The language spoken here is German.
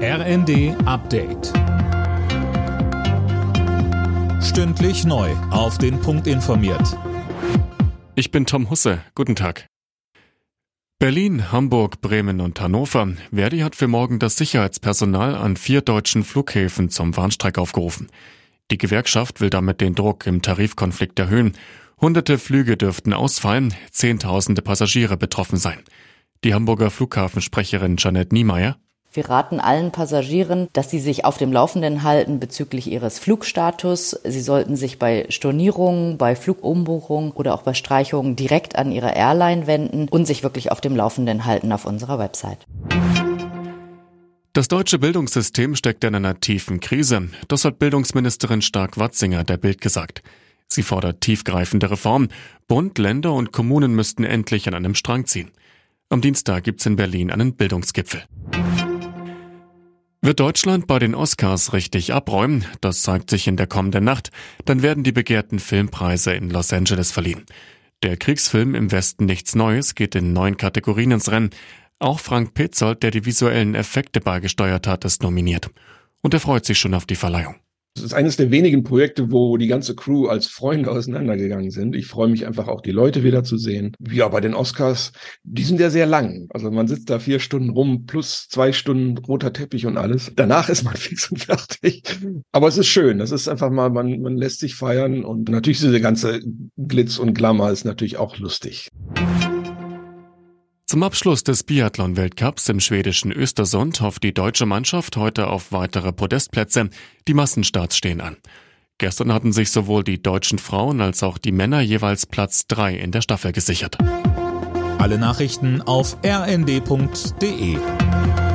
RND Update. Stündlich neu auf den Punkt informiert. Ich bin Tom Husse. Guten Tag. Berlin, Hamburg, Bremen und Hannover. Verdi hat für morgen das Sicherheitspersonal an 4 deutschen Flughäfen zum Warnstreik aufgerufen. Die Gewerkschaft will damit den Druck im Tarifkonflikt erhöhen. Hunderte Flüge dürften ausfallen, Zehntausende Passagiere betroffen sein. Die Hamburger Flughafensprecherin Jeanette Niemeyer: Wir raten allen Passagieren, dass sie sich auf dem Laufenden halten bezüglich ihres Flugstatus. Sie sollten sich bei Stornierungen, bei Flugumbuchungen oder auch bei Streichungen direkt an ihre Airline wenden und sich wirklich auf dem Laufenden halten auf unserer Website. Das deutsche Bildungssystem steckt in einer tiefen Krise. Das hat Bildungsministerin Stark-Watzinger der Bild gesagt. Sie fordert tiefgreifende Reformen. Bund, Länder und Kommunen müssten endlich an einem Strang ziehen. Am Dienstag gibt's in Berlin einen Bildungsgipfel. Wird Deutschland bei den Oscars richtig abräumen? Das zeigt sich in der kommenden Nacht. Dann werden die begehrten Filmpreise in Los Angeles verliehen. Der Kriegsfilm Im Westen nichts Neues geht in 9 Kategorien ins Rennen. Auch Frank Petzold, der die visuellen Effekte beigesteuert hat, ist nominiert. Und er freut sich schon auf die Verleihung. Es ist eines der wenigen Projekte, wo die ganze Crew als Freunde auseinandergegangen sind. Ich freue mich einfach auch, die Leute wiederzusehen. Ja, bei den Oscars, die sind ja sehr lang. Also man sitzt da 4 Stunden rum, plus 2 Stunden roter Teppich und alles. Danach ist man fix und fertig. Aber es ist schön. Das ist einfach mal, man lässt sich feiern. Und natürlich diese ganze Glitz und Glamour ist natürlich auch lustig. Zum Abschluss des Biathlon-Weltcups im schwedischen Östersund hofft die deutsche Mannschaft heute auf weitere Podestplätze. Die Massenstarts stehen an. Gestern hatten sich sowohl die deutschen Frauen als auch die Männer jeweils Platz 3 in der Staffel gesichert. Alle Nachrichten auf rnd.de.